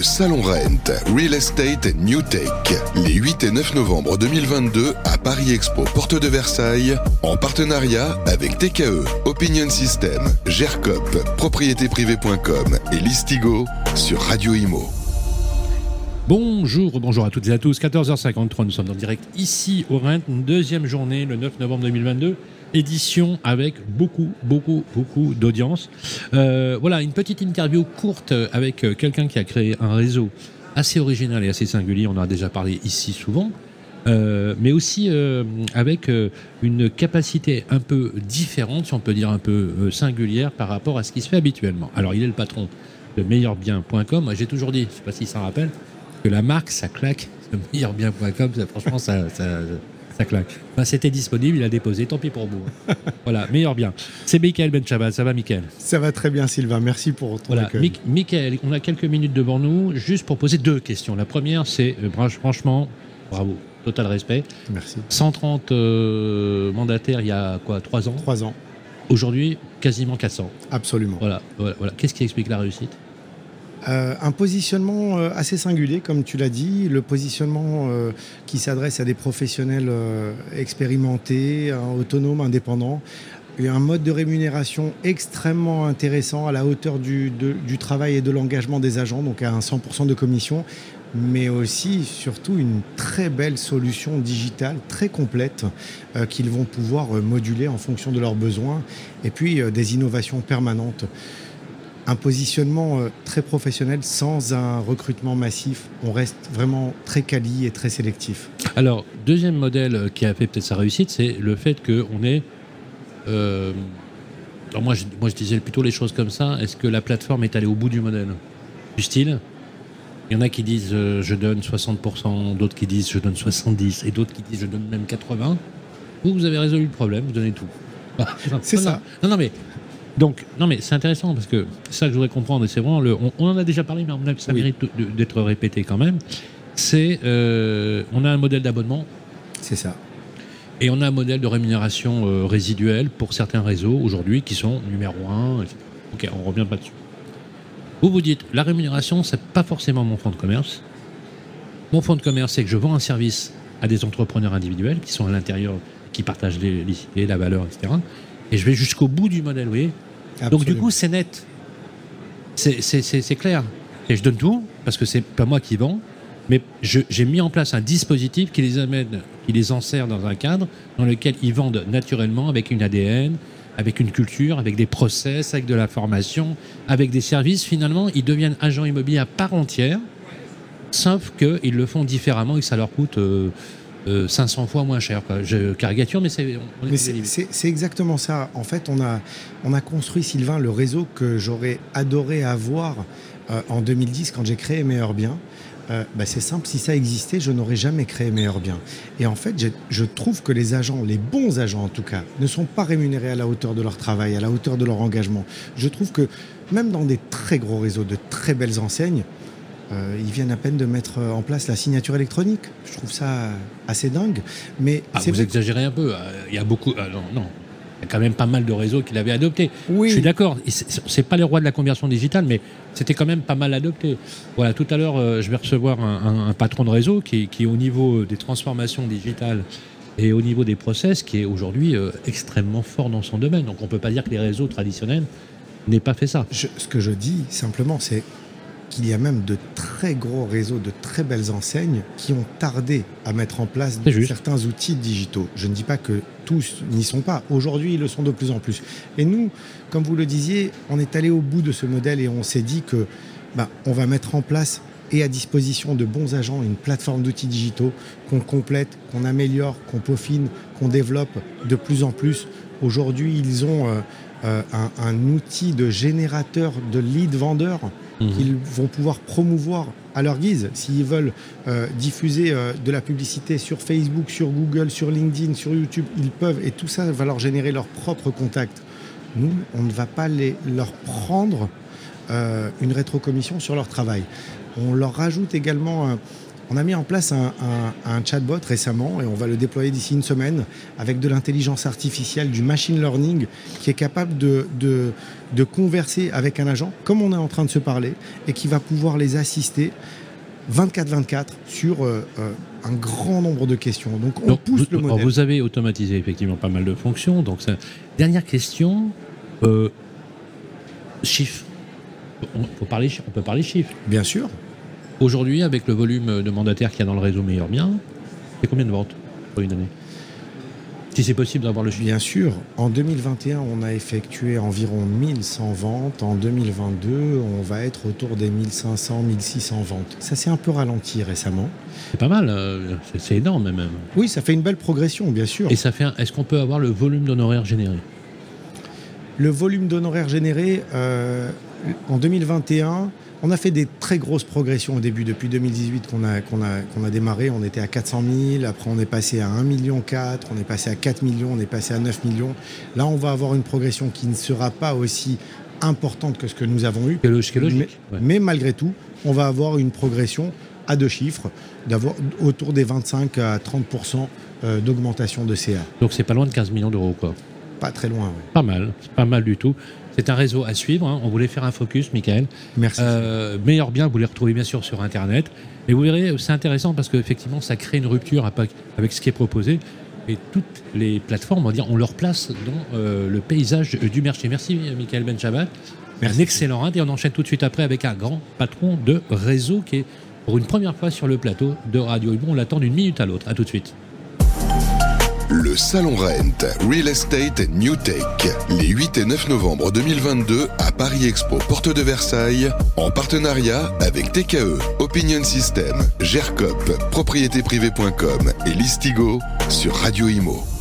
le Salon Rent, Real Estate and New Tech, les 8 et 9 novembre 2022 à Paris Expo, porte de Versailles, en partenariat avec TKE, Opinion System, GERCOP, propriétéprivée.com et Listigo sur Radio Imo. Bonjour à toutes et à tous, 14h53, nous sommes en direct ici au Rent, une deuxième journée, le 9 novembre 2022, édition avec beaucoup d'audience. Voilà, une petite interview courte avec quelqu'un qui a créé un réseau assez original et assez singulier, on en a déjà parlé ici souvent, mais aussi avec une capacité un peu différente, si on peut dire un peu singulière par rapport à ce qui se fait habituellement. Alors, il est le patron de meilleurbien.com, moi j'ai toujours dit, je ne sais pas s'il s'en rappelle, que la marque, ça claque. Meilleurbien.com, franchement, ça claque. Enfin, c'était disponible, il a déposé, tant pis pour vous. Voilà, Meilleur Bien. C'est Mickaël Benchabbal, ça va Mickaël? Ça va très bien Sylvain, merci pour ton accueil. Mickaël, on a quelques minutes devant nous, juste pour poser deux questions. La première, c'est, franchement, bravo, total respect. Merci. 130 mandataires il y a quoi, 3 ans? 3 ans. Aujourd'hui, quasiment 400. Absolument. Voilà. Qu'est-ce qui explique la réussite? Un positionnement assez singulier, comme tu l'as dit, le positionnement qui s'adresse à des professionnels expérimentés, autonomes, indépendants, et un mode de rémunération extrêmement intéressant à la hauteur du travail et de l'engagement des agents, donc à un 100% de commission, mais aussi, surtout, une très belle solution digitale, très complète, qu'ils vont pouvoir moduler en fonction de leurs besoins, et puis des innovations permanentes. Un positionnement très professionnel sans un recrutement massif. On reste vraiment très quali et très sélectif. Alors, deuxième modèle qui a fait peut-être sa réussite, c'est le fait qu'on est... alors moi, je disais plutôt les choses comme ça. Est-ce que la plateforme est allée au bout du modèle? Du style, il y en a qui disent je donne 60%, d'autres qui disent je donne 70%, et d'autres qui disent je donne même 80%. Vous avez résolu le problème, vous donnez tout. C'est ça. Non, mais... Donc, non mais c'est intéressant parce que c'est ça que je voudrais comprendre et c'est vraiment on en a déjà parlé mais ça mérite d'être répété quand même. C'est on a un modèle d'abonnement. C'est ça. Et on a un modèle de rémunération résiduelle pour certains réseaux aujourd'hui qui sont numéro 1. Ok, on revient pas dessus. Vous dites la rémunération c'est pas forcément mon fonds de commerce. Mon fonds de commerce c'est que je vends un service à des entrepreneurs individuels qui sont à l'intérieur, qui partagent l'idée, la valeur, etc. Et je vais jusqu'au bout du modèle, vous voyez. Donc du coup, c'est net. C'est clair. Et je donne tout, parce que c'est pas moi qui vends, mais j'ai mis en place un dispositif qui les amène, qui les enserre dans un cadre dans lequel ils vendent naturellement avec une ADN, avec une culture, avec des process, avec de la formation, avec des services. Finalement, ils deviennent agents immobiliers à part entière, sauf qu'ils le font différemment et que ça leur coûte... 500 fois moins cher, quoi. Je caricature, mais c'est exactement ça. En fait, on a construit, Sylvain, le réseau que j'aurais adoré avoir en 2010 quand j'ai créé Meilleur Bien. C'est simple, si ça existait, je n'aurais jamais créé Meilleur Bien. Et en fait, je trouve que les agents, les bons agents en tout cas, ne sont pas rémunérés à la hauteur de leur travail, à la hauteur de leur engagement. Je trouve que même dans des très gros réseaux, de très belles enseignes, ils viennent à peine de mettre en place la signature électronique. Je trouve ça assez dingue. Mais vous exagérez un peu. Il y a beaucoup... non. Il y a quand même pas mal de réseaux qui l'avaient adopté. Oui. Je suis d'accord. C'est pas les rois de la conversion digitale, mais c'était quand même pas mal adopté. Voilà, tout à l'heure, je vais recevoir un patron de réseau qui au niveau des transformations digitales et au niveau des process, qui est aujourd'hui extrêmement fort dans son domaine. Donc on peut pas dire que les réseaux traditionnels n'aient pas fait ça. Ce que je dis simplement, c'est qu'il y a même de très gros réseaux, de très belles enseignes qui ont tardé à mettre en place certains outils digitaux. Je ne dis pas que tous n'y sont pas. Aujourd'hui, ils le sont de plus en plus. Et nous, comme vous le disiez, on est allé au bout de ce modèle et on s'est dit que on va mettre en place et à disposition de bons agents une plateforme d'outils digitaux qu'on complète, qu'on améliore, qu'on peaufine, qu'on développe de plus en plus. Aujourd'hui, ils ont un outil de générateur de lead vendeurs qu'ils vont pouvoir promouvoir à leur guise. S'ils veulent diffuser de la publicité sur Facebook, sur Google, sur LinkedIn, sur YouTube, ils peuvent, et tout ça va leur générer leurs propres contacts. Nous, on ne va pas leur prendre une rétrocommission sur leur travail. On leur rajoute également On a mis en place un chatbot récemment et on va le déployer d'ici une semaine avec de l'intelligence artificielle, du machine learning qui est capable de converser avec un agent comme on est en train de se parler et qui va pouvoir les assister 24/24 sur un grand nombre de questions. Donc on pousse le modèle. Vous avez automatisé effectivement pas mal de fonctions. Donc dernière question, chiffres. On peut parler chiffres. Bien sûr. Aujourd'hui, avec le volume de mandataires qu'il y a dans le réseau Meilleur Bien, c'est combien de ventes pour une année ? Si c'est possible d'avoir le chiffre. Bien sûr. En 2021, on a effectué environ 1100 ventes. En 2022, on va être autour des 1500, 1600 ventes. Ça s'est un peu ralenti récemment. C'est pas mal. C'est énorme même. Oui, ça fait une belle progression, bien sûr. Et est-ce qu'on peut avoir le volume d'honoraires généré ? Le volume d'honoraires générés, en 2021, on a fait des très grosses progressions au début. Depuis 2018 qu'on a démarré, on était à 400 000. Après, on est passé à 1,4 million. On est passé à 4 millions. On est passé à 9 millions. Là, on va avoir une progression qui ne sera pas aussi importante que ce que nous avons eu. C'est logique. Mais malgré tout, on va avoir une progression à 2 chiffres, d'avoir autour des 25 à 30% d'augmentation de CA. Donc, c'est pas loin de 15 millions d'euros, quoi. Pas très loin, oui. Pas mal, c'est pas mal du tout. C'est un réseau à suivre. On voulait faire un focus, Michael. Merci. Meilleur Bien, vous les retrouvez bien sûr sur Internet. Mais vous verrez, c'est intéressant parce qu'effectivement, ça crée une rupture avec ce qui est proposé. Et toutes les plateformes, on va dire, ont leur place dans le paysage du marché. Merci, Michael Benchabat. Un excellent round. Et on enchaîne tout de suite après avec un grand patron de réseau qui est pour une première fois sur le plateau de Radio Imo. On l'attend d'une minute à l'autre. À tout de suite. Le Salon Rent, Real Estate and New Tech, les 8 et 9 novembre 2022 à Paris Expo, porte de Versailles, en partenariat avec TKE, Opinion System, GERCOP, propriétéprivée.com et Listigo sur Radio Imo.